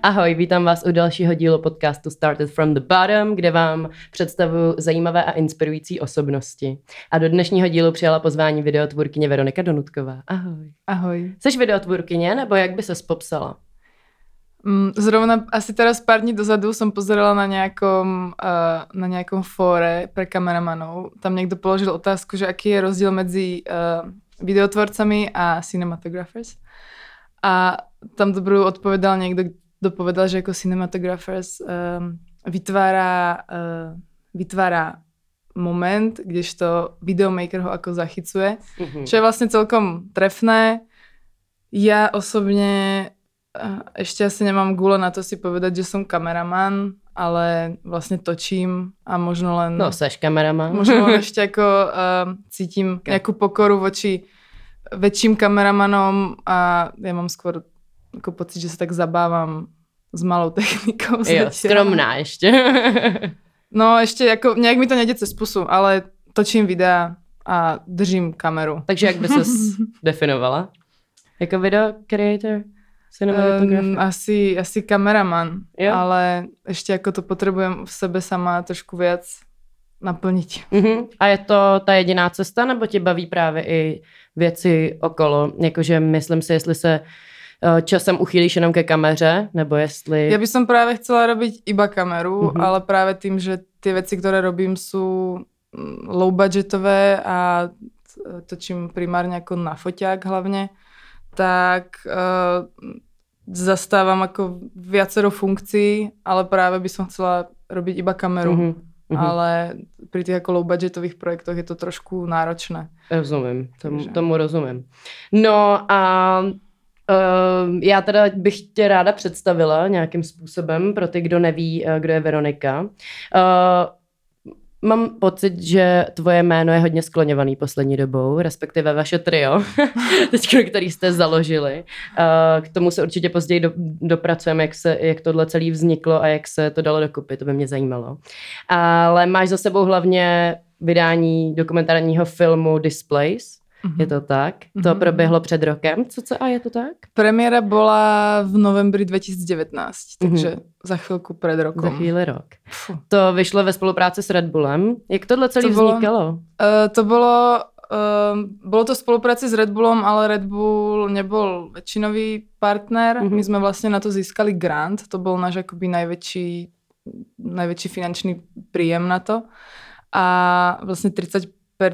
Ahoj, vítám vás u dalšího dílu podcastu Started from the Bottom, kde vám představuji zajímavé a inspirující osobnosti. A do dnešního dílu přijala pozvání videotvůrkyně Veronika Donutková. Ahoj. Ahoj. Jsi videotvůrkyně, nebo jak by ses popsala? Zrovna asi teraz pár dní dozadu som pozerala na nejakom fóre pre kameramanov. Tam niekto položil otázku, že aký je rozdiel medzi videotvorcami a cinematographers. A tam dobrú odpovedal niekto, kto povedal, že ako cinematographers vytvára moment, kdežto videomaker ho ako zachycuje. Čo je vlastne celkom trefné. Ja osobne ešte asi nemám gule na to si povedať, že som kameraman, ale vlastne točím a možno len... No, seš kameraman. Možno len ešte ako cítim nejakú pokoru voči väčším kameramanom a ja mám skôr ako pocit, že sa tak zabávam s malou technikou. Jo, skromná ešte. No ešte ako, nejak mi to nejde cez pusu, ale točím videa a držím kameru. Takže jak by ses definovala? Jako video creator? Asi kameraman, jo? Ale ešte ako to potrebujem v sebe sama trošku viac naplniť. A je to ta jediná cesta, nebo tě baví právě i věci okolo? Jakože myslím si, jestli se časem uchýlíš jenom ke kameře, nebo jestli... Ja by som práve chcela robiť iba kameru, ale práve tým, že tie veci, ktoré robím, sú low budgetové a točím primárne ako na foťák hlavne, tak zastávam ako viacero funkcií, ale práve by som chcela robiť iba kameru. Ale pri tých ako low budgetových projektoch je to trošku náročné. Rozumím, tomu rozumím. No a já teda bych tě ráda představila nějakým způsobem pro ty, kdo neví, kdo je Veronika. Mám pocit, že tvoje jméno je hodně skloňovaný poslední dobou, respektive vaše trio, teď, který jste založili. K tomu se určitě později dopracujeme, jak tohle celé vzniklo a jak se to dalo dokupy, to by mě zajímalo. Ale máš za sebou hlavně vydání dokumentárního filmu Displays. Je to tak? To proběhlo před rokem. Co a je to tak? Premiéra bola v novembri 2019, takže za chvíľku pred rokom. Za chvíli rok. To vyšlo ve spolupráci s Red Bullem. Jak tohle celé vznikalo? Bolo to v spolupráci s Red Bullom, ale Red Bull nebol väčšinový partner. My sme vlastne na to získali grant. To bol náš akoby najväčší finančný príjem na to. A vlastne 30%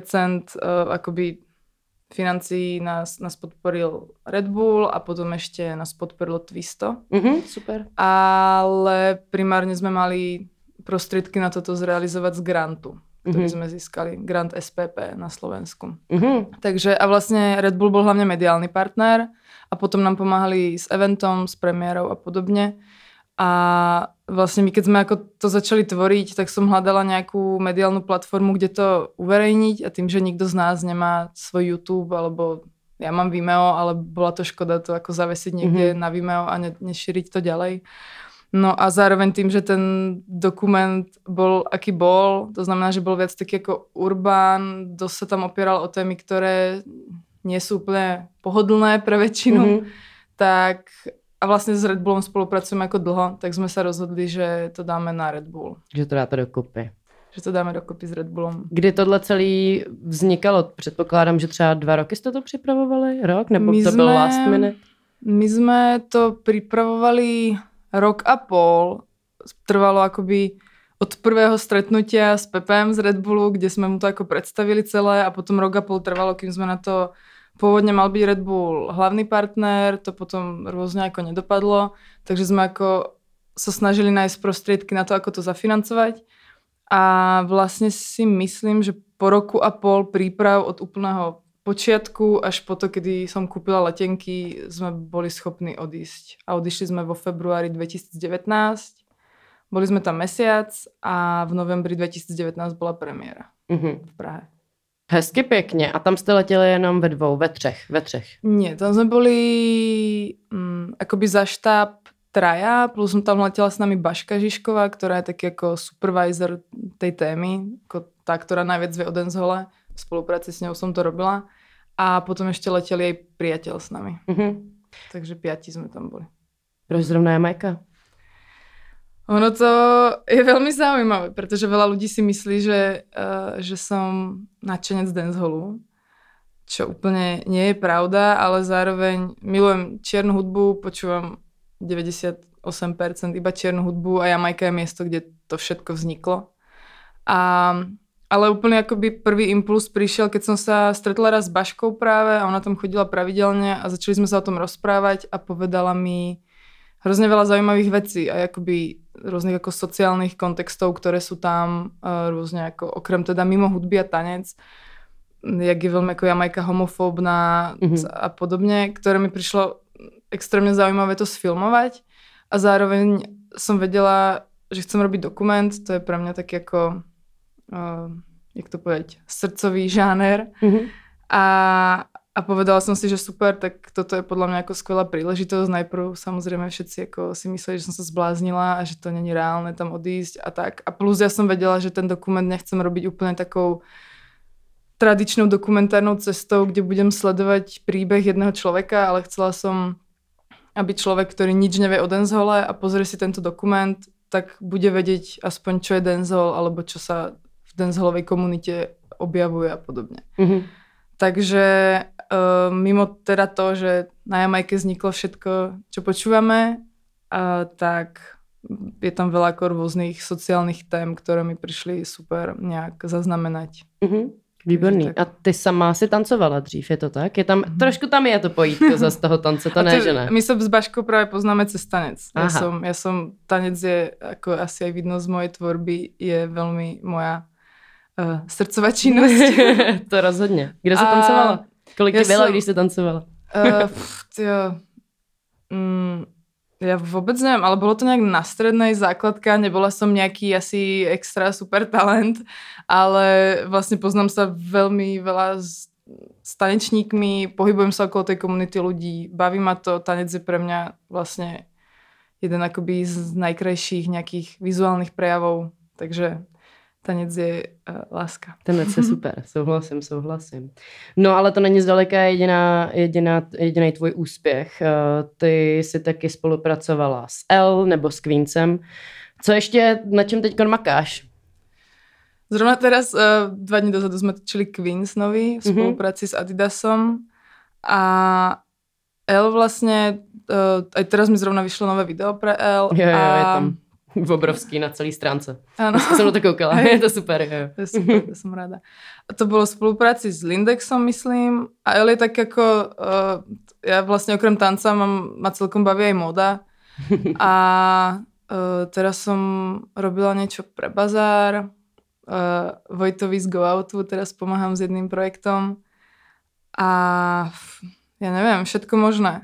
akoby financií nás podporil Red Bull a potom ešte nás podporilo Twisto. Super. Ale primárne sme mali prostriedky na toto zrealizovať z grantu, ktorý sme získali. Grant SPP na Slovensku. Takže a vlastne Red Bull bol hlavne mediálny partner a potom nám pomáhali s eventom, s premiérou a podobne. A vlastne my, keď sme ako to začali tvoriť, tak som hľadala nejakú mediálnu platformu, kde to uverejniť a tým, že nikto z nás nemá svoj YouTube, alebo ja mám Vimeo, ale bola to škoda to ako zavesiť niekde na Vimeo a nešíriť to ďalej. No a zároveň tým, že ten dokument bol aký bol, to znamená, že bol viac taký ako urbán, dosť sa tam opieral o témy, ktoré nie sú úplne pohodlné pre väčšinu, tak... A vlastne s Red Bullom spolupracujeme ako dlho, tak sme sa rozhodli, že to dáme na Red Bull. Že to dáte dokupy. Že to dáme dokupy s Red Bullom. Kdy tohle celý vznikalo? Předpokládám, že třeba 2 roky jste to připravovali? Rok? Nebo to byl last minute? My sme to pripravovali 1,5 roka. Trvalo akoby od prvého stretnutia s Pepem z Red Bullu, kde sme mu to ako predstavili celé a potom 1,5 roka trvalo, kým sme na to... Pôvodne mal byť Red Bull hlavný partner, to potom rôzne ako nedopadlo, takže sme ako sa snažili nájsť prostriedky na to, ako to zafinancovať. A vlastne si myslím, že po 1,5 roka príprav od úplného počiatku až po to, kedy som kúpila letenky, sme boli schopní odísť. A odišli sme vo februári 2019, boli sme tam mesiac a v novembri 2019 bola premiéra v Prahe. Hezky pěkně. A tam jste letěli jenom ve třech? Nie, tam sme boli akoby za štáb traja, plus tam letela s nami Baška Žižková, ktorá je taký ako supervisor tej témy, ako tá, ktorá najviac vie o dancehole. V spolupráci s ňou som to robila. A potom ešte leteli aj priateľ s nami. Takže 5 sme tam boli. Proč zrovna Jamajka? Ono to je veľmi zaujímavé, pretože veľa ľudí si myslí, že som nadšenec dancehallu, čo úplne nie je pravda, ale zároveň milujem čiernu hudbu, počúvam 98% iba čiernu hudbu a Jamajka je miesto, kde to všetko vzniklo. Ale úplne akoby prvý impuls prišiel, keď som sa stretla raz s Baškou práve a ona tam chodila pravidelne a začali sme sa o tom rozprávať a povedala mi hrozne veľa zaujímavých vecí a akoby rôznych ako sociálnych kontextov, ktoré sú tam rôzne ako okrem teda mimo hudby a tanec, jak je veľmi ako Jamajka homofóbna a podobne, ktoré mi prišlo extrémne zaujímavé to sfilmovať a zároveň som vedela, že chcem robiť dokument, to je pre mňa taký ako jak to povedať, srdcový žáner a povedala som si, že super, tak toto je podľa mňa ako skvelá príležitosť. Najprv samozrejme všetci ako si mysleli, že som sa zbláznila a že to není reálne tam odísť a tak. A plus ja som vedela, že ten dokument nechcem robiť úplne takou tradičnou dokumentárnou cestou, kde budem sledovať príbeh jedného človeka, ale chcela som, aby človek, ktorý nič nevie o dancehole a pozrie si tento dokument, tak bude vedieť aspoň, čo je dancehall alebo čo sa v dancehallovej komunite objavuje a podobne. Takže mimo teda to, že na Jamajke vzniklo všetko, čo počúvame, tak je tam veľa rôznych sociálnych tém, ktoré mi prišli super nejak zaznamenať. Výborný. A ty sama si tancovala dřív, je to tak? Je tam, trošku tam je to pojítko z toho tance, to ne, že ne? My sa s Baškou práve poznáme cez tanec. Ja som, tanec je, ako asi aj vidno z mojej tvorby, je veľmi moja srdcová činnosť. To rozhodně. Kde jsi tancovala? Kolik ti bylo, když jsi tancovala? Ja vôbec neviem, ale bolo to nejak na strednej základka, nebola som nejaký asi extra super talent, ale vlastne poznám sa veľmi veľa s tanečníkmi, pohybujem sa okolo tej komunity ľudí, baví ma to, tanec je pre mňa vlastne jeden akoby z najkrajších nejakých vizuálnych prejavov, takže tanec je láska. Tanec je super, souhlasím. No ale to není zdaleka jediný tvůj úspěch. Ty si taky spolupracovala s Elle nebo s Queensem. Co ještě, na čem teď makáš? Zrovna teraz 2 dní dozadu sme točili Queens nový v spolupráci s Adidasom a Elle vlastne, aj teraz mi zrovna vyšlo nové video pre Elle. Jo, je tam obrovský na celý stránce. Áno. Jsem na to koukala, je to super. Jo. To je super, to som rada. A to bolo v spolupráci s Lindexom, myslím. A Elle je tak ako, ja vlastne okrem tanca ma celkom baví aj moda. A teraz som robila niečo pre bazár. Vojtovi z Go Outu teraz pomáham s jedným projektom. A ja neviem, všetko možné.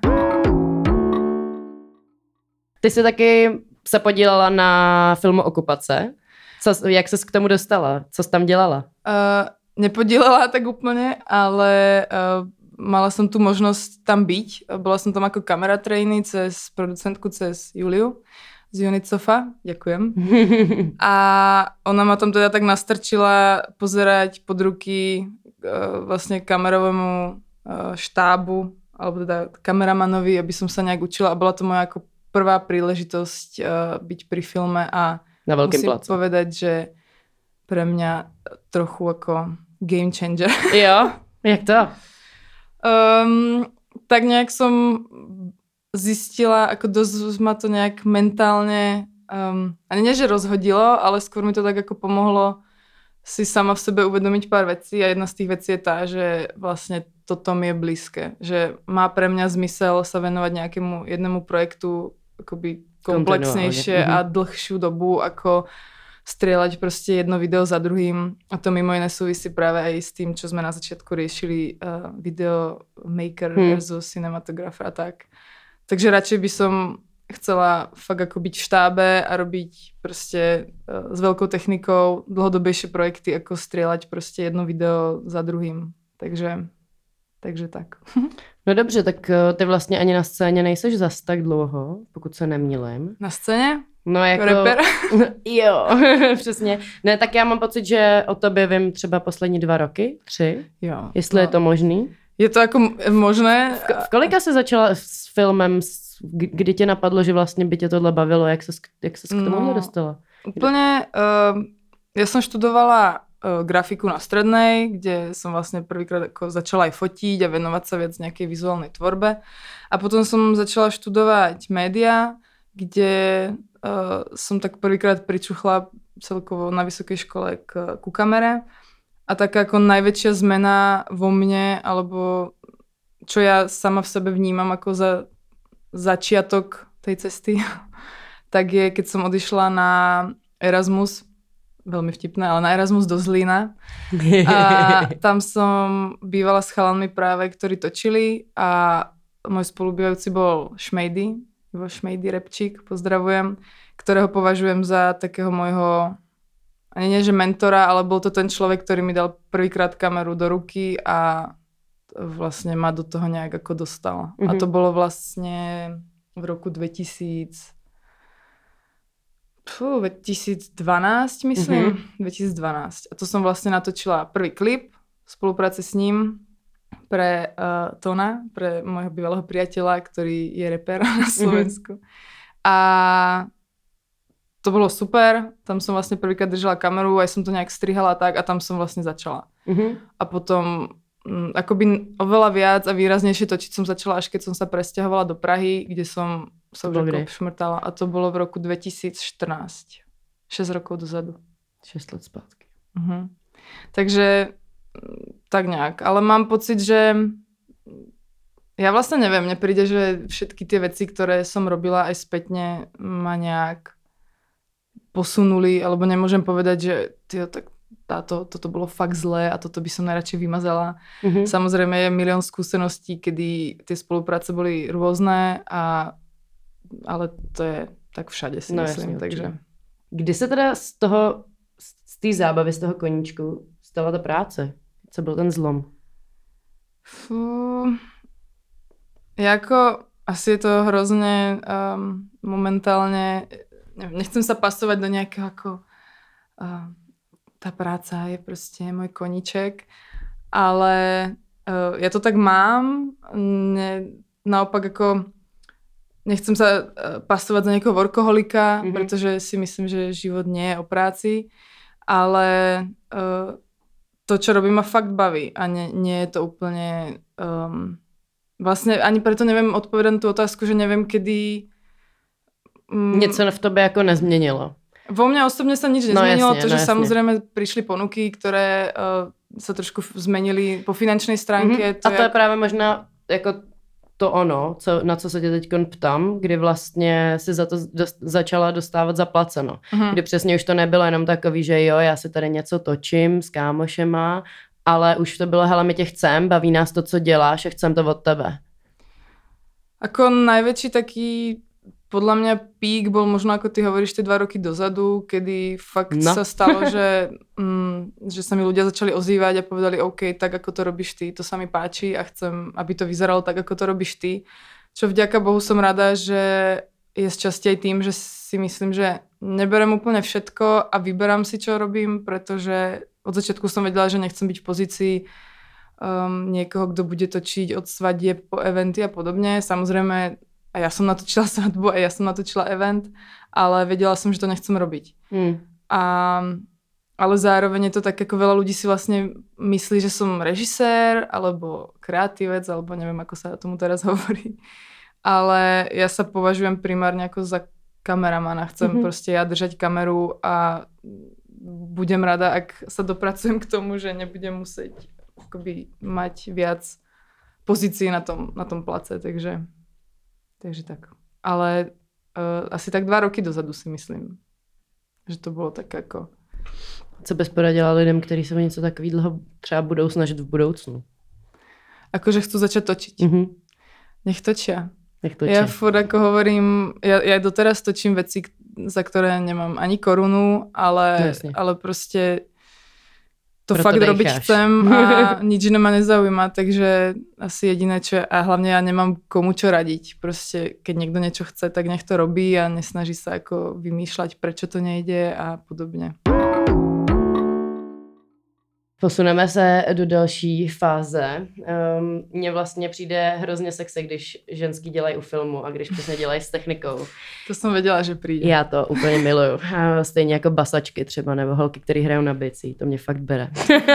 Ty si taky se podílela na filmu Okupace. Jak ses k tomu dostala? Co jsi tam dělala? Nepodílela tak úplne, ale mala som tu možnosť tam byť. Bola som tam ako kamera trainee cez producentku, cez Juliu z Unicofa. Ďakujem. A ona ma tam teda tak nastrčila pozerať pod ruky vlastne kamerovému štábu alebo teda kameramanovi, aby som sa nejak učila a bola to moja ako prvá príležitosť byť pri filme a na veľkém musím placu povedať, že pre mňa trochu ako game changer. Jo? Jak to? Tak nejak som zistila, ako dosť ma to nejak mentálne ani nie, že rozhodilo, ale skôr mi to tak ako pomohlo si sama v sebe uvedomiť pár vecí a jedna z tých vecí je tá, že vlastne toto mi je blízke. Že má pre mňa zmysel sa venovať nejakému jednému projektu akoby komplexnejšie a dlhšiu dobu, ako strieľať proste jedno video za druhým. A to mimo iné súvisí práve aj s tým, čo sme na začiatku riešili video maker versus cinematographer a tak. Takže radšej by som chcela fakt ako byť v štábe a robiť proste s veľkou technikou dlhodobejšie projekty, ako strieľať proste jedno video za druhým. Takže tak. No dobře, tak ty vlastně ani na scéně nejseš zas tak dlouho, pokud se nemýlím. Na scéně? No jako... Rapper? Jo, přesně. Ne, tak já mám pocit, že o tobě vím třeba poslední 2 roky, 3. Jo. Jestli je to možný. Je to jako možné. V kolika jsi začala s filmem Kdy tě napadlo, že vlastně by tě tohle bavilo? Jak ses k tomu dostala? Úplne, ja som študovala grafiku na strednej, kde som vlastne prvýkrát ako začala aj fotiť a venovať sa viac nejakej vizuálnej tvorbe. A potom som začala študovať média, kde som tak prvýkrát pričuchla celkovo na vysokej škole ku kamere. A taká ako najväčšia zmena vo mne, alebo čo ja sama v sebe vnímam ako za začiatok tej cesty, tak je, keď som odišla na Erasmus, veľmi vtipné, ale na Erasmus do Zlína. A tam som bývala s chalanmi práve, ktorí točili a môj spolubývajúci bol Šmejdy, Ivo Šmejdy Repčík, pozdravujem, ktorého považujem za takého môjho, ani nie že mentora, ale bol to ten človek, ktorý mi dal prvýkrát kameru do ruky a vlastne ma do toho nejak ako dostal. A to bolo vlastne v roku 2012, myslím. 2012. A to som vlastne natočila prvý klip v spolupráci s ním pre Tona, pre môjho bývalého priateľa, ktorý je reper na Slovensku. A to bolo super. Tam som vlastne prvýkrát držala kameru, aj som to nejak strihala tak a tam som vlastne začala. A potom akoby oveľa viac a výraznejšie točiť som začala, až keď som sa presťahovala do Prahy, kde som sa už ako šmrtala. A to bolo v roku 2014. 6 rokov dozadu. 6 let zpátky. Takže tak nejak. Ale mám pocit, že ja vlastne neviem, mne príde, že všetky tie veci, ktoré som robila aj spätne, ma nejak posunuli, alebo nemôžem povedať, že tak toto bolo fakt zlé a toto by som najradšej vymazala. Samozrejme je milión skúseností, kedy tie spolupráce boli rôzne, ale to je tak všade si myslím. Jasně, takže. Kdy se teda z té zábavy, z toho koníčku stala ta práce? Co byl ten zlom? Jako asi je to hrozne momentálne, nechcem sa pasovať do nejakého ako tá práca je proste môj koníček, ale ja to tak mám, naopak ako nechcem sa pasovať za nejakého workoholika, pretože si myslím, že život nie je o práci, ale to, čo robím, ma fakt baví a nie je to úplne vlastne ani preto neviem odpovedať na tú otázku, že neviem, kedy něco v tobě jako nezměnilo. Vo mňa osobne sa nič nezmenilo, to, že samozrejme prišli ponuky, ktoré sa trošku zmenili po finančnej stránke. A to je právě možná jako to ono, na co se tě teď ptám, kdy vlastně si za to začala dostávat zaplaceno. Kdy přesně už to nebylo jenom takový, že jo, já si tady něco točím s kámošema, ale už to bylo, hele, my tě chcem, baví nás to, co děláš a chcem to od tebe. Ako najväčší taký podľa mňa pík bol možno, ako ty hovoríš, tie 2 roky dozadu, kedy fakt sa stalo, že sa mi ľudia začali ozývať a povedali, OK, tak ako to robíš ty, to sa mi páči a chcem, aby to vyzeralo tak, ako to robíš ty. Čo vďaka Bohu som rada, že je z časti aj tým, že si myslím, že neberem úplne všetko a vyberám si, čo robím, pretože od začiatku som vedela, že nechcem byť v pozícii niekoho, kto bude točiť od svadieb po eventy a podobne. Samozrejme, a ja som natočila svadbu a ja som natočila event, ale vedela som, že to nechcem robiť. Ale zároveň je to tak, ako veľa ľudí si vlastne myslí, že som režisér alebo kreatívec, alebo neviem, ako sa tomu teraz hovorí. Ale ja sa považujem primárne ako za kameramana. Chcem proste ja držať kameru a budem rada, ak sa dopracujem k tomu, že nebudem musieť akoby mať viac pozícií na tom place, takže tak. Ale asi tak 2 roky dozadu si myslím, že to bylo tak jako... Co bys poradila lidem, kteří se o něco takového třeba budou snažit v budoucnu? Akože chcú začať točiť. Nech točia. Ja furt ako hovorím, ja doteraz točím veci, za ktoré nemám ani korunu, ale proste to fakt robiť chcem a nič iné ma nezaujíma, takže asi jediné, čo a hlavne ja nemám komu čo radiť. Proste, keď niekto niečo chce, tak nech to robí a nesnaží sa ako vymýšľať, prečo to nejde a podobne. Posuneme se do další fáze. Mně vlastně přijde hrozně sexy, když ženský dělají u filmu a když přesně dělají s technikou. To jsem věděla, že přijde. Já to úplně miluju. Stejně jako basačky třeba, nebo holky, které hrajou na bicí. To mě fakt bere.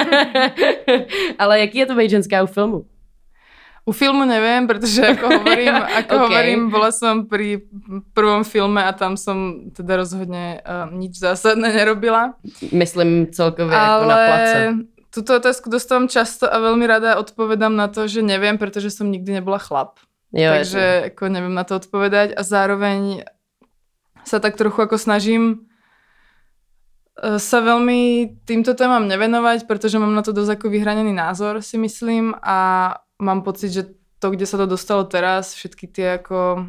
Ale jaký je to být ženská u filmu? U filmu neviem, pretože hovorím, bola som pri prvom filme a tam som teda rozhodne nič zásadné nerobila. Myslím celkově jako na place. Túto otázku dostávam často a veľmi rada odpovedám na to, že neviem, pretože som nikdy nebola chlap. Jo, takže ako neviem na to odpovedať a zároveň sa tak trochu ako snažím sa veľmi týmto témam nevenovať, pretože mám na to dosť ako vyhranený názor, si myslím, a mám pocit, že to, kde sa to dostalo teraz, všetky tie ako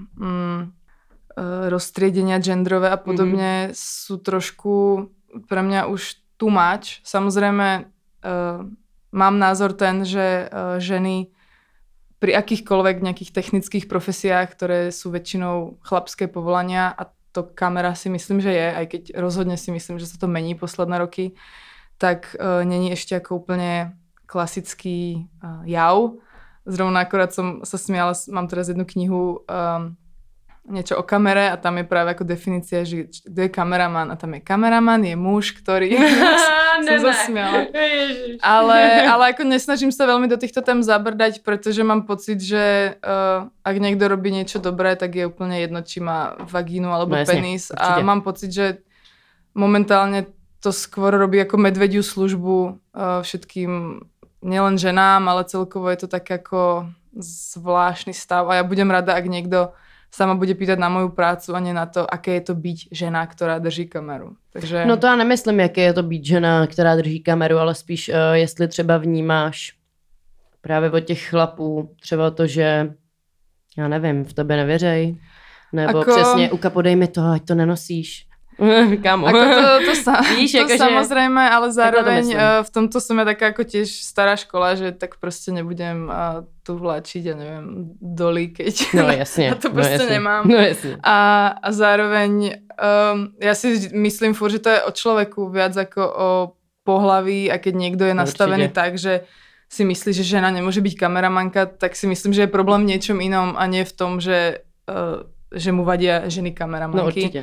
roztriedenia genderové a podobne sú trošku pre mňa už too much. Samozrejme mám názor ten, že ženy pri akýchkoľvek nejakých technických profesiách, ktoré sú väčšinou chlapské povolania, a to kamera si myslím, že je, aj keď rozhodne si myslím, že sa to mení posledné roky, tak není ešte ako úplne klasický jav. Zrovna akorát som sa smiala, mám teraz jednu knihu niečo o kamere a tam je práve ako definícia, že kto je kameraman, a tam je kameraman, je muž, ktorý som zasmiala. Ale ako nesnažím sa veľmi do týchto tém zabrdať, pretože mám pocit, že ak niekto robí niečo dobré, tak je úplne jedno, či má vagínu alebo penis. Určite. A mám pocit, že momentálne to skôr robí ako medvediu službu všetkým, nielen ženám, ale celkovo je to tak ako zvláštny stav a ja budem rada, ak niekto sa ma bude pýtať na moju prácu a nie na to, aké je to byť žena, ktorá drží kameru. Takže... No to já nemyslím, jaké je to být žena, která drží kameru, ale spíš jestli třeba vnímáš právě od těch chlapů třeba to, že já nevím, v tebe nevěřej, nebo ako... přesně podej mi to, ať to nenosíš. Kámo. Víš, to samozrejme, ale zároveň v tomto som ja taká ako tiež stará škola, že tak proste nebudem tu vláčiť, ja neviem, doly, keď jasne, to proste nemám. No jasne. A zároveň ja si myslím furt, že to je o človeku viac ako o pohlaví, a keď niekto je nastavený tak, že si myslí, že žena nemôže byť kameramanka, tak si myslím, že je problém v niečom inom a nie v tom, že mu vadia ženy kameramanky. No určite.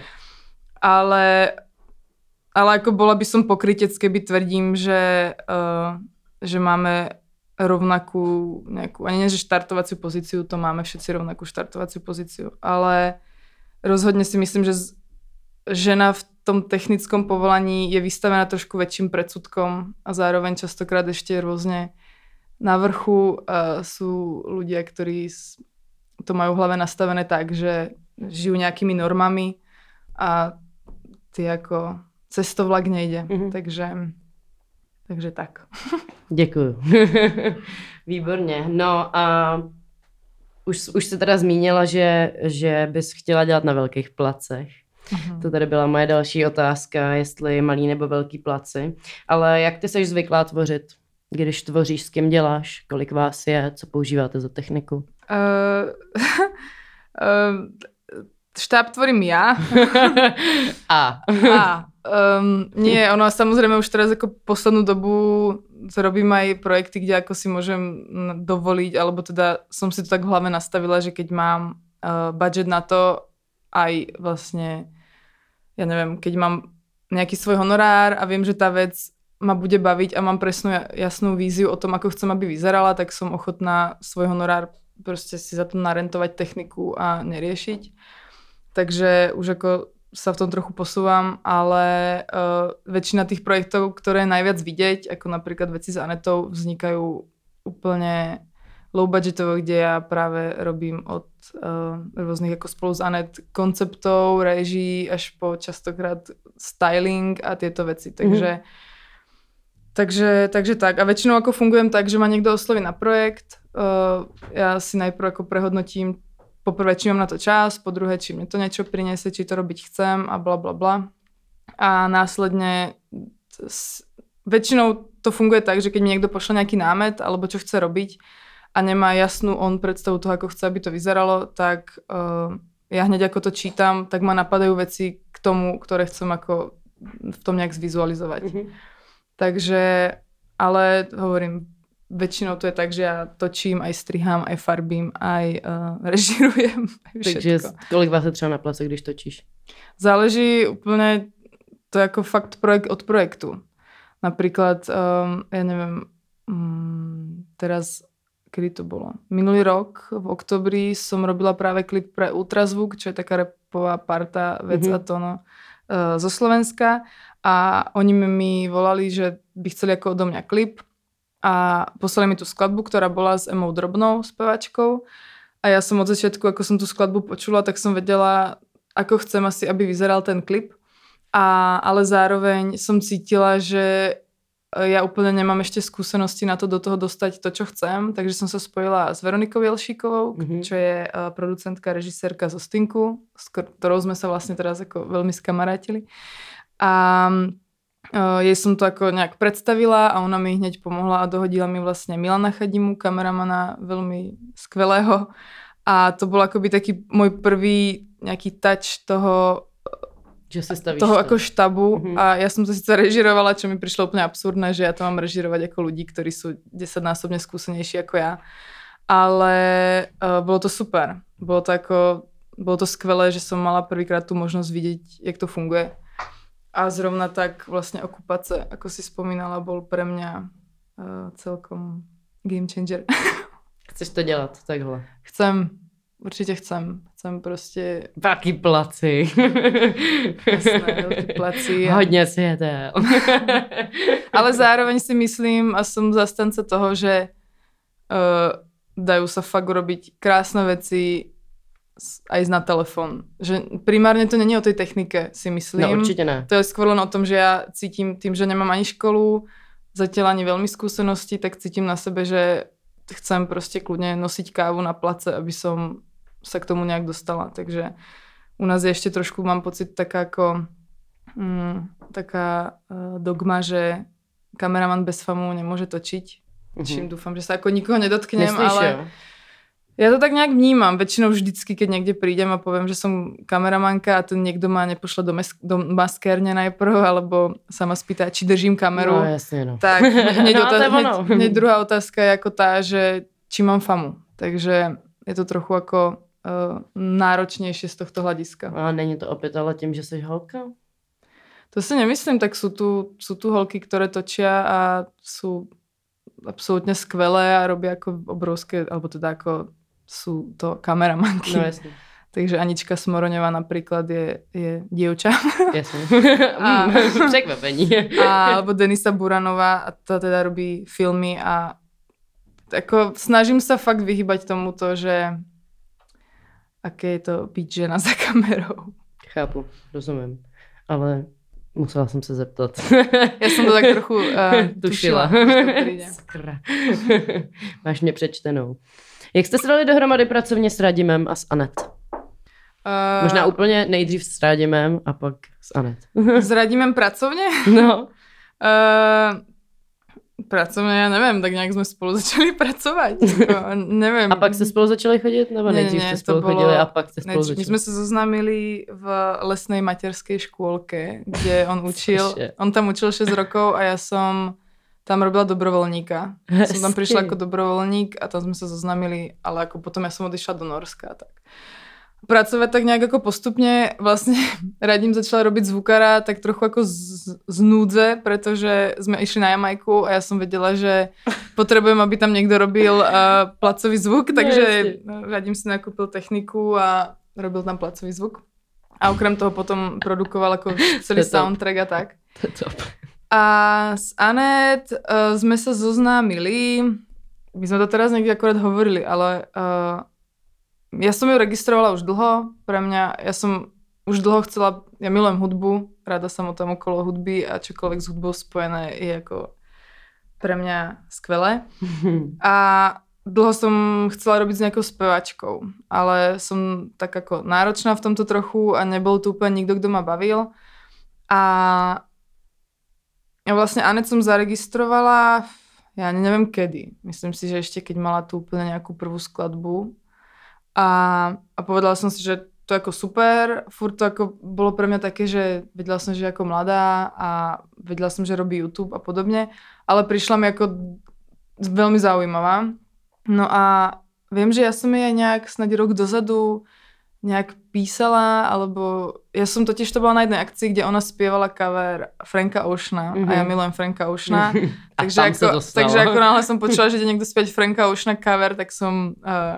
Ale ako bola by som pokrytec, keby tvrdím, že máme rovnakú nejakú, ani nie že štartovaciu pozíciu, to máme všetci rovnakú štartovaciu pozíciu, ale rozhodne si myslím, že žena v tom technickom povolaní je vystavená trošku väčším predsudkom a zároveň častokrát ešte rôzne na vrchu sú ľudia, ktorí to majú v hlave nastavené tak, že žijú nejakými normami a ty jako cestovlak nejde. Takže tak. Děkuju. Výborně. No a už jsi teda zmínila, že bys chtěla dělat na velkých placech. To tady byla moje další otázka, jestli malý nebo velký placi. Ale jak ty seš zvyklá tvořit? Když tvoříš, s kým děláš? Kolik vás je? Co používáte za techniku? Štáb tvorím ja. Nie, ono samozrejme už teraz ako poslednú dobu robím aj projekty, kde ako si môžem dovoliť, alebo teda som si to tak v hlave nastavila, že keď mám budget na to, aj vlastne, ja neviem, keď mám nejaký svoj honorár a viem, že tá vec ma bude baviť a mám presnú jasnú víziu o tom, ako chcem, aby vyzerala, tak som ochotná svoj honorár proste si za to narentovať techniku a neriešiť. Takže už ako sa v tom trochu posúvam, ale väčšina tých projektov, ktoré je najviac vidieť, ako napríklad veci s Anetou, vznikajú úplne low budgetovo, kde ja práve robím od rôznych ako spolu s Anet konceptov, réžií až po častokrát styling a tieto veci. Takže tak. A väčšinou ako fungujem tak, že ma niekto osloví na projekt, ja si najprv ako prehodnotím poprvé, či mám na to čas, po druhé, či mne to niečo priniesie, či to robiť chcem a bla bla bla. A následne väčšinou to funguje tak, že keď mi niekto pošle nejaký námet alebo čo chce robiť a nemá jasnú on predstavu toho, ako chce, aby to vyzeralo, tak ja hneď ako to čítam, tak ma napadajú veci k tomu, ktoré chcem ako v tom nejak zvizualizovať. Takže ale hovorím, väčšinou to je tak, že ja točím, aj strihám, aj farbím, aj režírujem. Takže kolik vás je třeba na place, když točíš? Záleží úplne, to je ako fakt projekt od projektu. Napríklad, ja neviem, teraz, kedy to bolo? Minulý rok, v oktobri som robila práve klip pre Ultrazvuk, čo je taká rapová parta Vec a Tono zo Slovenska a oni mi volali, že by chceli ako odo mňa klip a poslali mi tú skladbu, ktorá bola s Emou Drobnou, spevačkou a ja som od začiatku, ako som tú skladbu počula, tak som vedela, ako chcem asi, aby vyzeral ten klip. Ale zároveň som cítila, že ja úplne nemám ešte skúsenosti na to do toho dostať to, čo chcem, takže som sa spojila s Veronikou Jelšíkovou, čo je producentka, režisérka zo Stinku, s ktorou sme sa vlastne teraz ako veľmi skamarátili. A jej som to ako nejak predstavila a ona mi hneď pomohla a dohodila mi vlastne Milana Chadimu, kameramana veľmi skvelého. A to bol akoby taký môj prvý nejaký touch toho ako štabu a ja som to síce režirovala, čo mi prišlo úplne absurdné, že ja to mám režirovať ako ľudí, ktorí sú 10-násobne skúsenejší ako ja. Ale bolo to super. Bolo to skvelé, že som mala prvýkrát tú možnosť vidieť, jak to funguje. A zrovna tak vlastne Okupace, ako si spomínala, bol pre mňa celkom game changer. Chceš to dělat takhle? Určitě chcem prostě... Velký placi. Jasné, velký placi. Hodně světel. Ale zároveň si myslím a som zastance toho, že dajú sa fakt urobiť krásne veci aj na telefon. Že primárne to není o tej technike, si myslím. No určite ne. To je skôr len o tom, že ja cítim tým, že nemám ani školu, zatiaľ ani veľmi skúsenosti, tak cítim na sebe, že chcem proste kľudne nosiť kávu na place, aby som sa k tomu nejak dostala. Takže u nás je ešte trošku, mám pocit, taká ako taká dogma, že kameraman bez famu nemôže točiť. Čím dúfam, že sa ako nikoho nedotknem, ale jo? ja to tak nejak vnímam. Väčšinou vždycky, keď niekde prídem a poviem, že som kameramanka a ten niekto ma nepošle do maskérne najprv, alebo sa ma spýta, či držím kameru. No jasne, no. Tak hneď druhá otázka je ako tá, že či mám famu. Takže je to trochu ako náročnejšie z tohto hľadiska. A není to opět ale tím, že jsi holka? To si nemyslím, tak sú tu holky, ktoré točia a sú absolútne skvelé a robia ako obrovské, alebo teda ako sú to kameramanky. No jasne. Takže Anička Smoroňová napríklad je dievča. Jasne. Překvapení. Alebo Denisa Buranová, a tá teda robí filmy a ako snažím sa fakt vyhýbať tomuto, že aké je to byť žena za kamerou. Chápu, rozumím. Ale musela jsem se zeptat. Já jsem to tak trochu tušila. Skra. Máš mě přečtenou. Jak jste se dali dohromady pracovně s Radimem a s Anet? Možná úplně nejdřív s Radimem a pak s Anet. S Radimem pracovně? No. Pracovně, já nevím, tak nějak jsme spolu začali pracovat. Nevím. A pak se spolu začali chodit? Nebo nejdřív jste spolu chodili a pak jste spolu začali? My jsme se zoznámili v lesnej materskej škôlke, kde on tam učil 6 rokov a ja som tam robila dobrovoľníka. Som tam prišla ako dobrovoľník a tam sme sa zoznámili, ale ako potom ja som odišla do Norska. Tak. Pracovať tak nejak ako postupne. Vlastne Radim začala robiť zvukára tak trochu ako z núdze, pretože sme išli na Jamajku a ja som vedela, že potrebujem, aby tam niekto robil placový zvuk, takže Radim si nakúpil techniku a robil tam placový zvuk. A okrem toho potom produkoval ako celý soundtrack a tak. A s Anet sme sa zoznámili, my sme to teraz niekde akorát hovorili, ale ja som ju registrovala už dlho, pre mňa, ja som už dlho chcela, ja milujem hudbu, rada som o tom okolo hudby a čokoľvek s hudbou spojené je ako pre mňa skvelé. A dlho som chcela robiť s nejakou spevačkou, ale som tak ako náročná v tomto trochu a nebol tu úplne nikto, kto ma bavil. A ja vlastne Anet som zaregistrovala, ja neviem kedy, myslím si, že ešte keď mala tu úplne nejakú prvú skladbu. A povedala som si, že to ako super, furt to ako bolo pre mňa také, že vedela som, že ako mladá a vedela som, že robí YouTube a podobne, ale prišla mi ako veľmi zaujímavá. No a viem, že ja som jej aj nejak snad rok dozadu nejak písala, alebo ja som totiž to bola na jednej akcii, kde ona spievala cover Franka Oceana a ja milujem Franka Oceana. takže ako náhle som počula, že ide niekto spievať Franka Oceana cover, tak som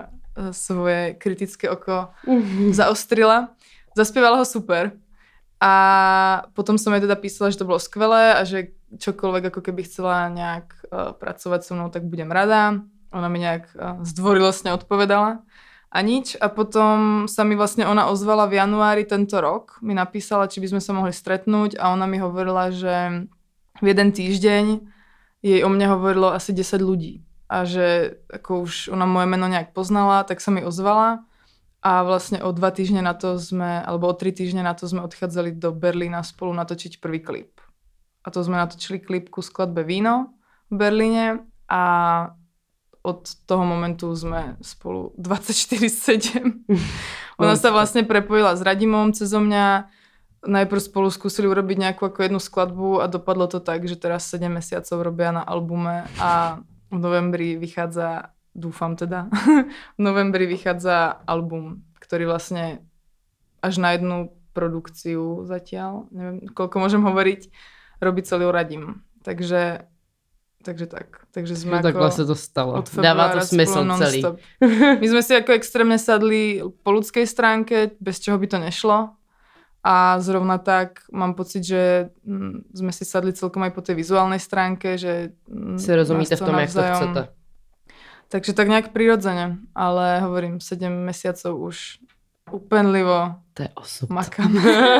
svoje kritické oko zaostrila. Zaspievala ho super a potom som jej teda písala, že to bolo skvelé a že čokoľvek ako keby chcela nejak pracovať so mnou, tak budem rada. Ona mi nejak zdvorilostne odpovedala a nič. A potom sa mi vlastne ona ozvala v januári tento rok. Mi napísala, či by sme sa mohli stretnúť a ona mi hovorila, že v jeden týždeň jej o mne hovorilo asi 10 ľudí. A že ako už ona moje meno nejak poznala, tak sa mi ozvala a vlastne o 2 týždne na to sme, alebo o 3 týždne na to sme odchádzali do Berlína spolu natočiť prvý klip. A to sme natočili klip ku skladbe Víno v Berlíne a od toho momentu sme spolu 24/7. Ona sa vlastne prepojila s Radimom cezo mňa. Najprv spolu skúsili urobiť nejakú ako jednu skladbu a dopadlo to tak, že teraz 7 mesiacov robia na albume a v novembri vychádza, dúfam teda, v novembri vychádza album, ktorý vlastne až na jednu produkciu zatiaľ, neviem, koľko môžem hovoriť, robí celý Radim. Takže tak. Takže sme takhle se to stalo. Dává to smysl celý. My sme si ako extrémne sadli po ľudskej stránke, bez čoho by to nešlo. A zrovna tak mám pocit, že sme si sadli celkom aj po tej vizuálnej stránke, že si rozumíte v tom, jak to chcete. Takže tak nejak prirodzene, ale hovorím, 7 mesiacov už úpenlivo to je osud. Makám.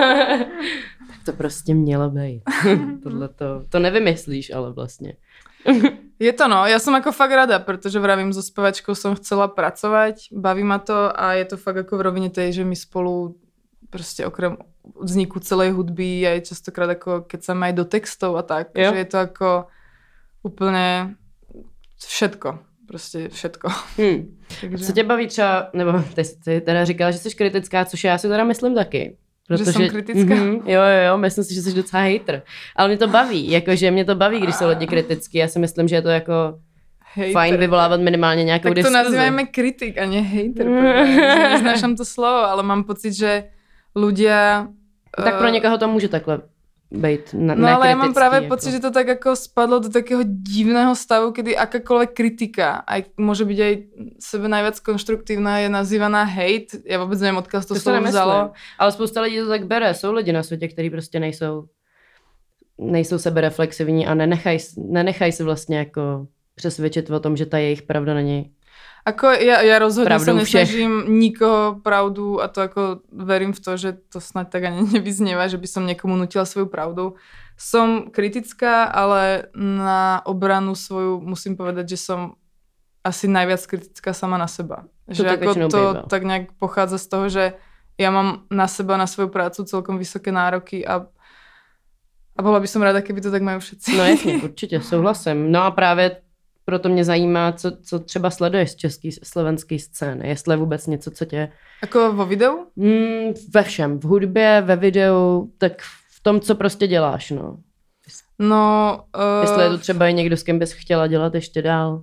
Tak to prostě mělo být. To nevymyslíš, ale vlastně. Je to no, ja som ako fakt rada, pretože vravím, so spevačkou som chcela pracovať, baví ma to a je to fakt ako v rovine tej, že my spolu proste okrem vzniku celej hudby aj častokrát ako keď sa aj do textov a tak, jo. Že je to ako úplne všetko. Prostě všetko. Takže... Co tě baví třeba, nebo ty teda říkala, že jsi kritická, což já si teda myslím taky. Protože, že jsem kritická? Jo, myslím si, že jsi docela hater. Ale mě to baví, jakože mě to baví, když jsou lidi kritický. Já si myslím, že je to jako hater. Fajn vyvolávat minimálně nějakou diskuzi. Tak to nazývajme kritik a ne hater. Neznášam to slovo, ale mám pocit, že ľudia... Tak pro někoho to může takhle být no ale ja mám práve pocit, že to tak ako spadlo do takého divného stavu, kedy akákoľvek kritika, aj môže byť aj sebe najviac konštruktívna, je nazývaná hate. Ja vôbec neviem, odkiaľ to slovo vzalo. Ale spousta lidí to tak bere. Jsou lidi na světě, kteří prostě nejsou sebereflexivní a nenechají se vlastně jako přesvědčit o tom, že ta jejich pravda není. Ako ja rozhodne sa nesnažím nikoho pravdu a to ako verím v to, že to snad tak ani nevyznieva, že by som niekomu nutila svoju pravdu. Som kritická, ale na obranu svoju musím povedať, že som asi najviac kritická sama na seba. Že ako to tak nejak pochádza z toho, že ja mám na seba, na svoju prácu celkom vysoké nároky a bola by som rada, keby to tak majú všetci. No jasně, určitě, souhlasím. No a právě proto mě zajímá, co třeba sleduješ z český, slovenský scény. Jestli je vůbec něco, co tě... Jako vo videu? Ve všem. V hudbě, ve videu, tak v tom, co prostě děláš, no. No... Jestli je to třeba i někdo, s kým bys chtěla dělat ještě dál.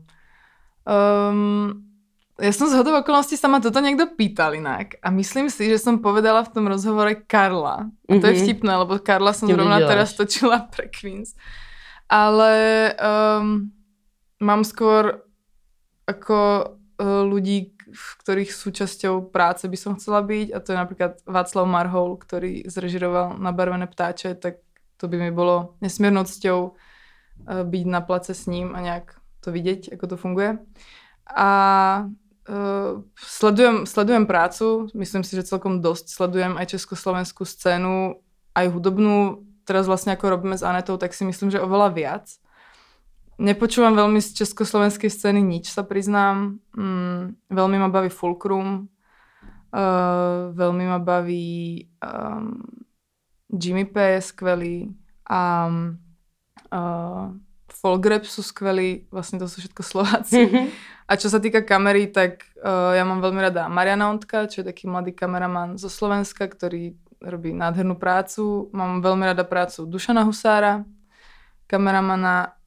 Ja som z hodou okolností sa ma toto niekto pýtal inak a myslím si, že som povedala v tom rozhovore Karla. A to je vtipné, lebo Karla som zrovna teraz točila pre Queens. Ale... mám skôr ako ľudí, v ktorých súčasťou práce by som chcela byť a to je napríklad Václav Marhoul, ktorý zrežiroval Nabarvené ptáče, tak to by mi bolo nesmiernou cťou byť na place s ním a nejak to vidieť, ako to funguje. A sledujem prácu, myslím si, že celkom dosť sledujem aj československú scénu, aj hudobnú. Teraz vlastne ako robíme s Anetou, tak si myslím, že oveľa viac. Nepočúvam veľmi z československej scény nič, sa priznám. Veľmi ma baví Fulcrum, veľmi ma baví Jimmy P je skvelý a Folgrap sú skvelí, vlastne to sú všetko Slováci. A čo sa týka kamery, tak ja mám veľmi rada Mariana Ondka, čo je taký mladý kameraman zo Slovenska, ktorý robí nádhernú prácu. Mám veľmi rada prácu Dušana Husára, kameramana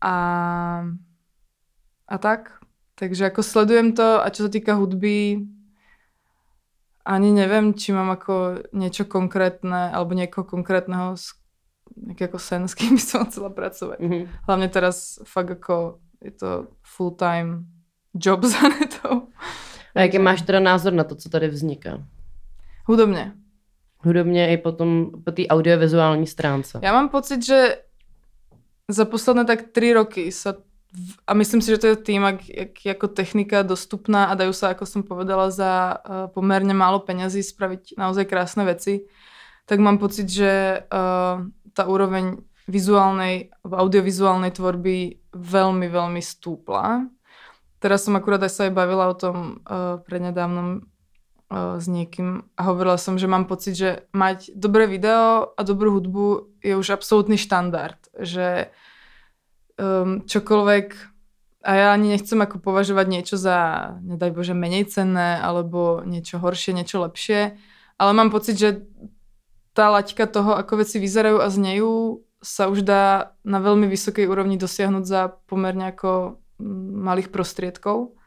a tak. Takže ako sledujem to a čo sa týka hudby, ani neviem, či mám ako niečo konkrétne alebo niekoho konkrétneho nejaký ako sen, s kým by som chcela pracovať. Hlavne teraz fakt ako je to full-time job za netou. A jaký máš teda názor na to, co tady vzniká? Hudobně. Hudobně i potom po té audiovizuální stránce. Já mám pocit, že za posledné tak 3 roky sa a myslím si, že to je tým, jak jako technika dostupná a dajú sa, ako som povedala, za pomerne málo peňazí spraviť naozaj krásne veci, tak mám pocit, že tá úroveň vizuálnej, audiovizuálnej tvorby veľmi, veľmi stúpla. Teraz som akurát aj sa aj bavila o tom prednedávnom s niekým a hovorila som, že mám pocit, že mať dobré video a dobrú hudbu je už absolútny štandard, že čokoľvek, a ja ani nechcem ako považovať niečo za, nedaj Bože, menej cenné alebo niečo horšie, niečo lepšie, ale mám pocit, že tá laťka toho, ako veci vyzerajú a znejú, sa už dá na veľmi vysokej úrovni dosiahnuť za pomerne ako malých prostriedkov.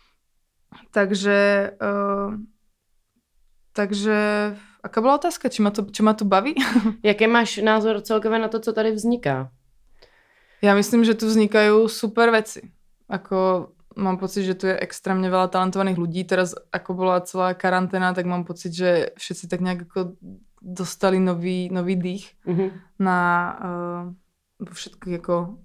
Takže aká bola otázka? Čo ma tu baví? Jaký máš názor celkově na to, co tady vzniká? Ja myslím, že tu vznikajú super veci. Ako mám pocit, že tu je extrémne veľa talentovaných ľudí. Teraz, ako bola celá karanténa, tak mám pocit, že všetci tak nejak ako dostali nový dých na všetkých ako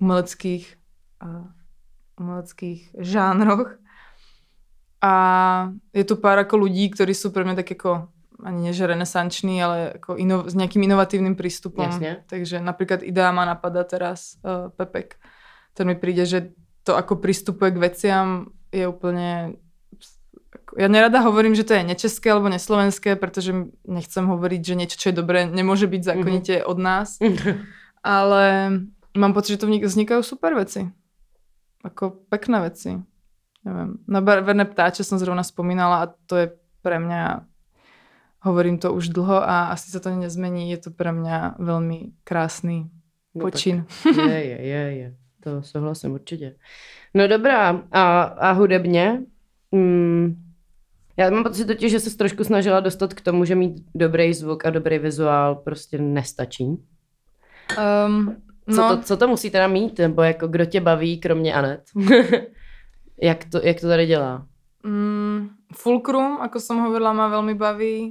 umeleckých žánroch. A je tu pár ako ľudí, ktorí sú pre mňa tak ako ani nie že renesanční, ale ako s nejakým inovatívnym prístupom. Jasne. Takže napríklad idea ma napadá teraz Pepek. Ten mi príde, že to ako pristupuje k veciam je úplne... Ja nerada hovorím, že to je nečeské alebo neslovenské, pretože nechcem hovoriť, že niečo, čo je dobré, nemôže byť zákonite od nás. Ale mám pocit, že to vznikajú super veci. Ako pekné veci. Neviem. Na Barevné ptáče som zrovna spomínala a to je pre mňa, hovorím to už dlho a asi sa to nezmení, je to pre mňa veľmi krásny počin. Je. To souhlasím určitě. No dobrá, a hudebně? Já mám pocit totiž, že se trošku snažila dostat k tomu, že mít dobrý zvuk a dobrý vizuál prostě nestačí. Co to musí teda mít? Nebo jako kdo tě baví, kromě Anet? Jak to tady dělá? Fulcrum, ako som hovorila, ma veľmi baví.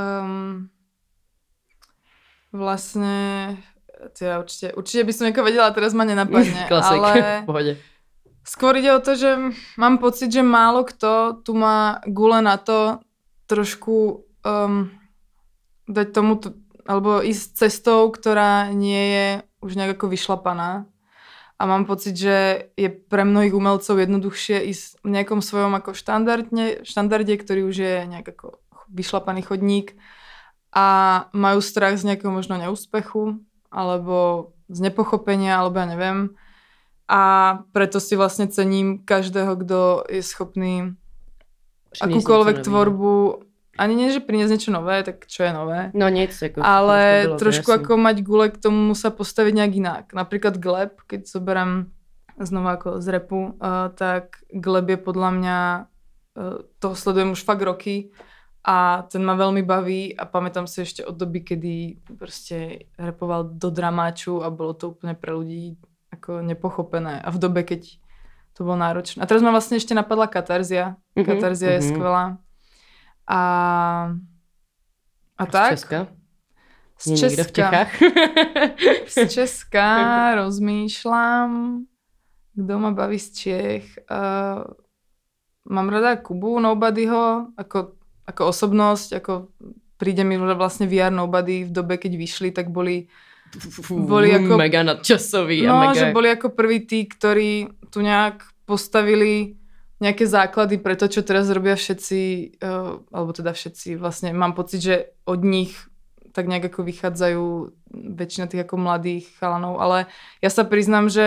Vlastne určite by som nieko vedela, teraz ma nenapadne. Klasik, ale v pohode. Skôr ide o to, že mám pocit, že málo kto tu má gule na to trošku dať tomu, alebo ísť cestou, ktorá nie je už nejak ako vyšlapaná. A mám pocit, že je pre mnohých umelcov jednoduchšie ísť v nejakom svojom ako štandarde, ktorý už je nejak ako vyšlapaný chodník a majú strach z nejakého možno neúspechu alebo z nepochopenia, alebo ja neviem. A preto si vlastne cením každého, kto je schopný akúkoľvek tvorbu, ani nie, že priniesť niečo nové, tak čo je nové. No nic. Ako, ale trošku ako mať gule k tomu sa postaviť nejak inak. Napríklad Gleb, keď zoberám znova ako z rapu, tak Gleb je podľa mňa, toho sledujem už fakt roky a ten ma veľmi baví a pamätám si ešte od doby, kedy proste rapoval do dramáču a bolo to úplne pre ľudí ako nepochopené. A v dobe, keď to bolo náročné. A teraz ma vlastne ešte napadla Katarzia. Katarzia je skvelá. A tak? Z Česka? Z Česka. V Čechách? Z Česka rozmýšľam, kto ma baví z Čech. Mám rada Kubu Nobodyho ako osobnosť, ako príde mi vlastne VR Nobody v dobe, keď vyšli, tak boli ako mega nadčasový. No, že boli ako prví tí, ktorí tu nejak postavili nejaké základy pre to, čo teraz robia všetci, alebo teda všetci, vlastne mám pocit, že od nich tak nejak ako vychádzajú väčšina tých ako mladých chalanov, ale ja sa priznám, že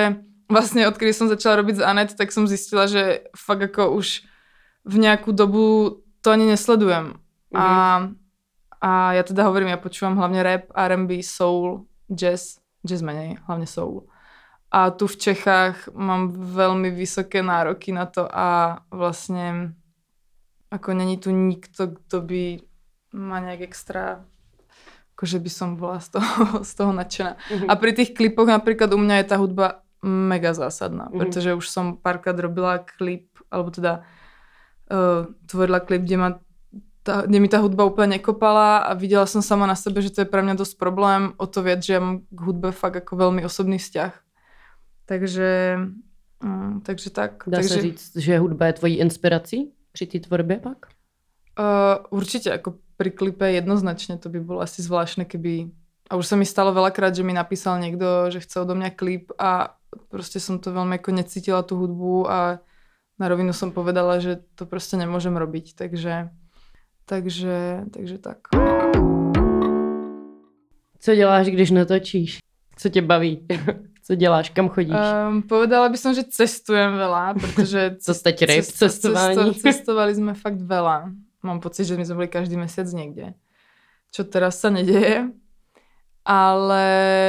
vlastne odkedy som začala robiť z Anet, tak som zistila, že fakt ako už v nejakú dobu to ani nesledujem. A ja teda hovorím, ja počúvam hlavne rap, R&B, soul, jazz menej, hlavne soul. A tu v Čechách mám veľmi vysoké nároky na to a vlastne ako není tu nikto, kto by ma nejak extra, akože by som bola z toho nadšená. A pri tých klipoch napríklad u mňa je tá hudba mega zásadná, pretože už som párkrát robila klip, alebo teda tvorila klip, kde mi tá hudba úplne nekopala a videla som sama na sebe, že to je pre mňa dosť problém, o to viac, že ja mám k hudbe fakt ako veľmi osobný vzťah. Takže tak. Dá se říct, že hudba je tvojí inspirací při té tvorbě pak? Určite, ako pri klipe jednoznačne, to by bolo asi zvláštne, keby... A už sa mi stalo veľakrát, že mi napísal niekto, že chce odo mňa klip a proste som to veľmi ako necítila tú hudbu a na rovinu som povedala, že to proste nemôžem robiť, takže tak. Co děláš, když natočíš? Co tě baví? Co děláš? Kam chodíš? Povedala by som, že cestujem veľa, pretože... Co jste ryb cestování? Cestovali sme fakt veľa. Mám pocit, že my sme boli každý mesiac niekde. Čo teraz sa nedeje. Ale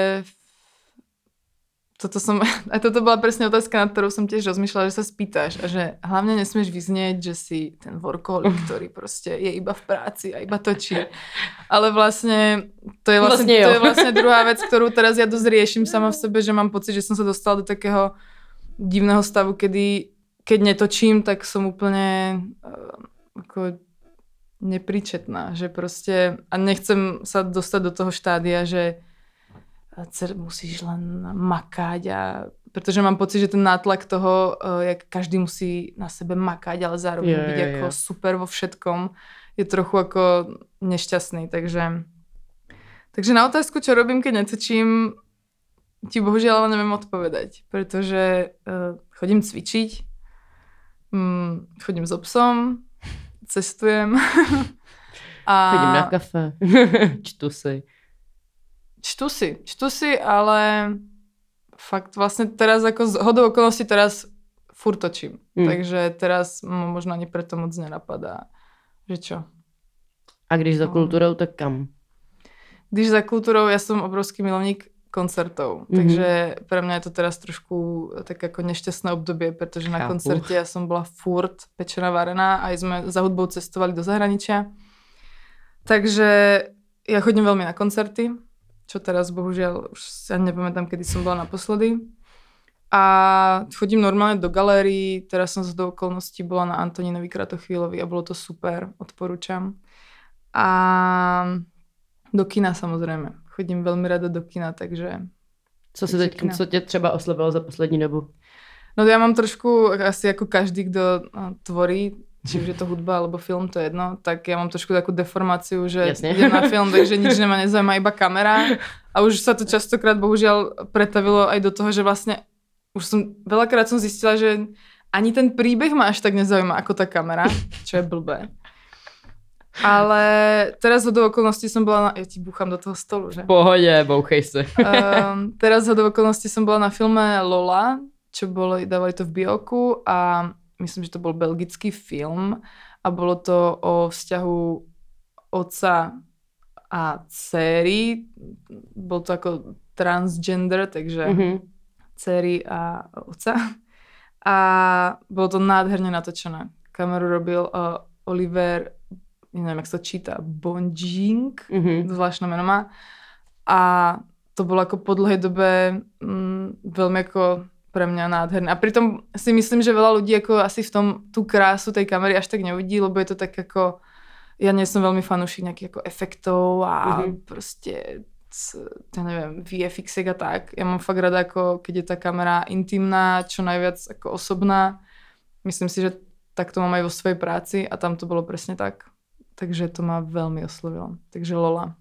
toto bola presne otázka, nad ktorou som tiež rozmýšľala, že sa spýtaš a že hlavne nesmieš vyznieť, že si ten workoholik, ktorý proste je iba v práci a iba točí. Ale vlastne to je vlastne druhá vec, ktorú teraz ja dosť riešim sama v sebe, že mám pocit, že som sa dostala do takého divného stavu, keď netočím, tak som úplne ako nepríčetná, že proste a nechcem sa dostať do toho štádia, že musíš len makať pretože mám pocit, že ten nátlak toho, jak každý musí na sebe makať, ale zároveň byť ako super vo všetkom, je trochu ako nešťastný, takže na otázku, čo robím, keď netočím, ti bohužiaľ ale neviem odpovedať, pretože chodím cvičiť, chodím s obsom, cestujem a chodím na kafe, Čtu si, ale fakt vlastne teraz ako z hodou okolností teraz furt točím. Takže teraz možno ani preto moc nenapadá, že čo. A když za kulturou, tak kam? Když za kulturou, ja som obrovský milovník koncertov. Takže pre mňa je to teraz trošku tak ako nešťastné obdobie, pretože na koncerte ja som bola furt pečená varená, aj sme za hudbou cestovali do zahraničia. Takže ja chodím veľmi na koncerty, čo teraz bohužiaľ už sa nepamätám, kedy som bola naposledy. A chodím normálne do galérií, teraz som z okolností bola na Antonínovi Kratochvílovi a bolo to super, odporúčam. A do kina samozrejme. Chodím veľmi rada do kina, takže... Co tě třeba oslovilo za poslední dobu? No ja mám trošku, asi ako každý, kto tvorí, či už je to hudba alebo film, to je jedno, tak ja mám trošku takú deformáciu, že idem na film, takže nič ma nezaujíma, iba kamera. A už sa to častokrát bohužiaľ pretavilo aj do toho, že vlastne veľakrát som zistila, že ani ten príbeh ma až tak nezaujíma ako tá kamera, čo je blbé. Ale teraz hodou okolností som bola ja ti búcham do toho stolu, že? Pohodě, bouchej si. Teraz hodou okolností som bola na filme Lola, čo dávali to v Bioku a myslím, že to bol belgický film a bolo to o vzťahu otca a dcery. Bol to ako transgender, takže dcery a otca. A bolo to nádherne natočené. Kameru robil Oliver, neviem, jak sa to číta, Bonjing, zvláštne meno má. A to bolo ako po dlhej dobe veľmi ako pre mňa nádherné. A pritom si myslím, že veľa ľudí ako asi v tom tú krásu tej kamery až tak neuvidí, lebo je to tak ako... Ja nie som veľmi fanúšik nejakých ako efektov a proste, ja neviem, VFX a tak. Ja mám fakt rada, ako keď je tá kamera intimná, čo najviac ako osobná. Myslím si, že tak to mám aj vo svojej práci a tam to bolo presne tak. Takže to ma veľmi oslovilo. Takže Lola.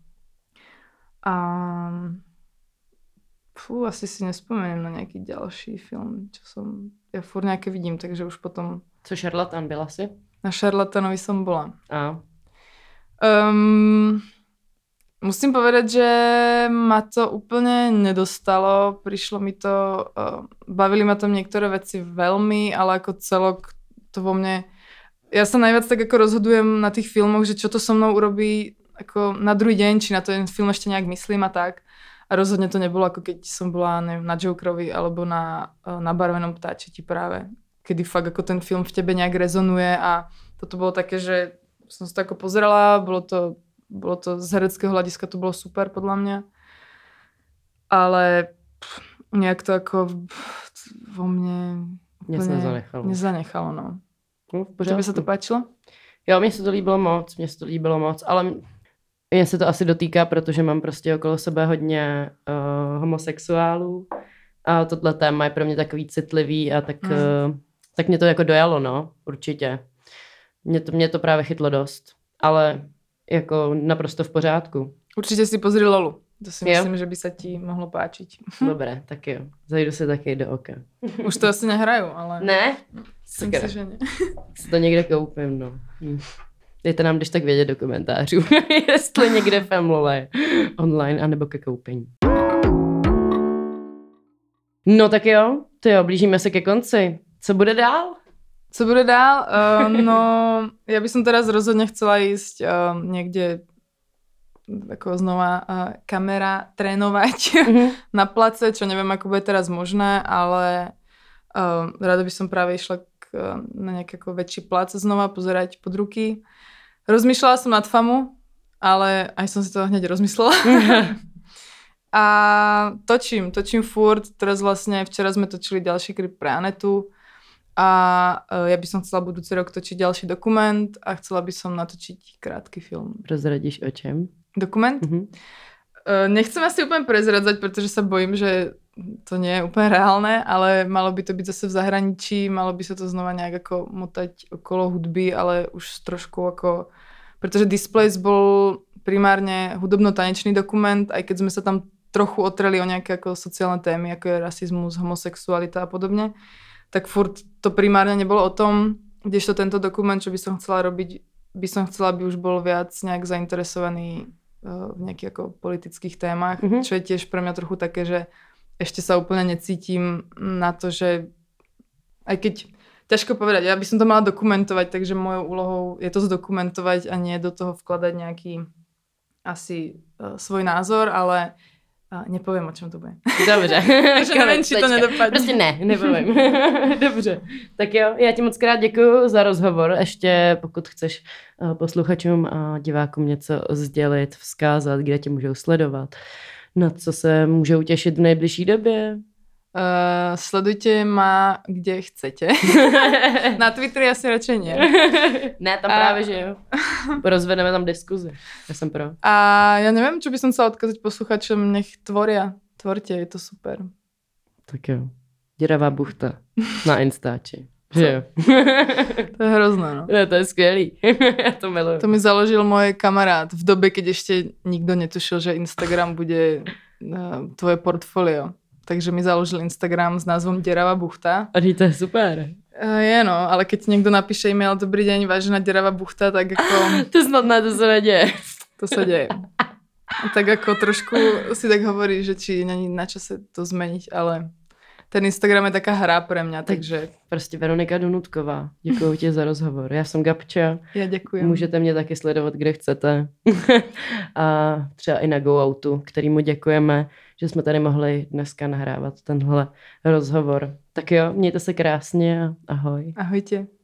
Asi si nespomeniem na nejaký ďalší film, čo som... Ja furt nejaké vidím, takže už potom... Co Šarlatán byla si? Na Šarlatánovi som bola. Musím povedať, že ma to úplne nedostalo. Prišlo mi to, bavili ma tam niektoré veci veľmi, ale ako celok to vo mne... Ja sa najviac tak ako rozhodujem na tých filmoch, že čo to so mnou urobí ako na druhý deň, či na ten film ešte nejak myslím a tak. A rozhodne to nebolo ako keď som bola neviem, na Jokerovi alebo na Barvenom ptáčeti práve. Kedy fakt ako ten film v tebe nejak rezonuje a toto bolo také, že som sa to ako pozerala, bolo to z hereckého hľadiska, to bolo super podľa mňa. Ale nejak to ako vo mne nezanechalo, no. Tebe sa to páčilo? Jo, mně se to líbilo moc, ale mně se to asi dotýká, protože mám prostě okolo sebe hodně homosexuálů a tohle téma je pro mě takový citlivý a tak mě to jako dojalo, no, určitě. Mě to právě chytlo dost, ale jako naprosto v pořádku. Určitě si pozri Lolu. To si myslím, že by sa ti mohlo páčiť. Dobré, tak jo. Zajdu si taky do oka. Už to asi nehrajú, ale... Ne? Myslím si, že ne. Si to někde koupím, no. Dejte nám když tak vědět do komentářů, jestli někde Femlole je online, anebo ke koupení. No tak jo, blížíme se ke konci. Co bude dál? Co bude dál? No, ja by som teraz rozhodne chcela ísť niekde ako znova kamera trénovať na place, čo neviem, ako bude teraz možné, ale rada by som práve išla na nejaký ako väčší plac znova pozerať pod ruky. Rozmýšľala som nad FAMu, ale aj som si to hneď rozmyslela. A točím furt. Teraz vlastne včera sme točili ďalší klip pre Anetu a ja by som chcela budúci rok točiť ďalší dokument a chcela by som natočiť krátky film. Prozradíš o čem? Dokument? Nechcem asi úplne prezradzať, pretože sa bojím, že to nie je úplne reálne, ale malo by to byť zase v zahraničí, malo by sa to znova nejak ako motať okolo hudby, ale už trošku ako... Pretože Displays bol primárne hudobno-tanečný dokument, aj keď sme sa tam trochu otreli o nejaké ako sociálne témy, ako je rasizmus, homosexualita a podobne, tak furt to primárne nebolo o tom, kdežto tento dokument, čo by som chcela robiť, by som chcela, aby už bol viac nejak zainteresovaný v nejakých ako politických témach, čo je tiež pre mňa trochu také, že ešte sa úplne necítim na to, že aj keď ťažko povedať, ja by som to mala dokumentovať, takže mojou úlohou je to zdokumentovať a nie do toho vkladať nejaký asi svoj názor, ale nepoviem, o čem to bude. Dobře. Nevím, či to nedopadne. Prostě nepovím. Dobře. Tak jo, já ti moc krát děkuju za rozhovor. Ještě pokud chceš posluchačům a divákům něco sdělit, vzkázat, kde tě můžou sledovat, na co se můžou těšit v nejbližší době. Sledujte ma, kde chcete. Na Twitteri asi radšej nie. Ne, tam právě, že jo. Rozvedeme tam diskuzi. Ja som pro. A ja neviem, čo by som chcela odkázať posluchačom, nech tvoria. Tvorte, je to super. Tak jo. Děravá buchta na Instači. Že jo. To je hrozné, no. Ne, to je skvělý. Ja to milujem. To mi založil môj kamarát v dobe, keď ešte nikto netušil, že Instagram bude tvoje portfolio. Takže mi založil Instagram s názvom Deravá buchta. A to je super. Je no, ale keď niekto napíše e-mail dobrý deň, vážená Deravá buchta, tak ako... To snad ne, to sa nedeje. To sa deje. Tak ako trošku si tak hovorí, že či není na čase to zmeniť, ale ten Instagram je taká hra pre mňa, takže... Prostě Veronika Donutková. Děkuju ti za rozhovor. Já jsem Gabča. Já děkuji. Můžete mě taky sledovat, kde chcete. A třeba i na GoOutu, kterýmu děkujeme, že jsme tady mohli dneska nahrávat tenhle rozhovor. Tak jo, mějte se krásně a ahoj. Ahojte.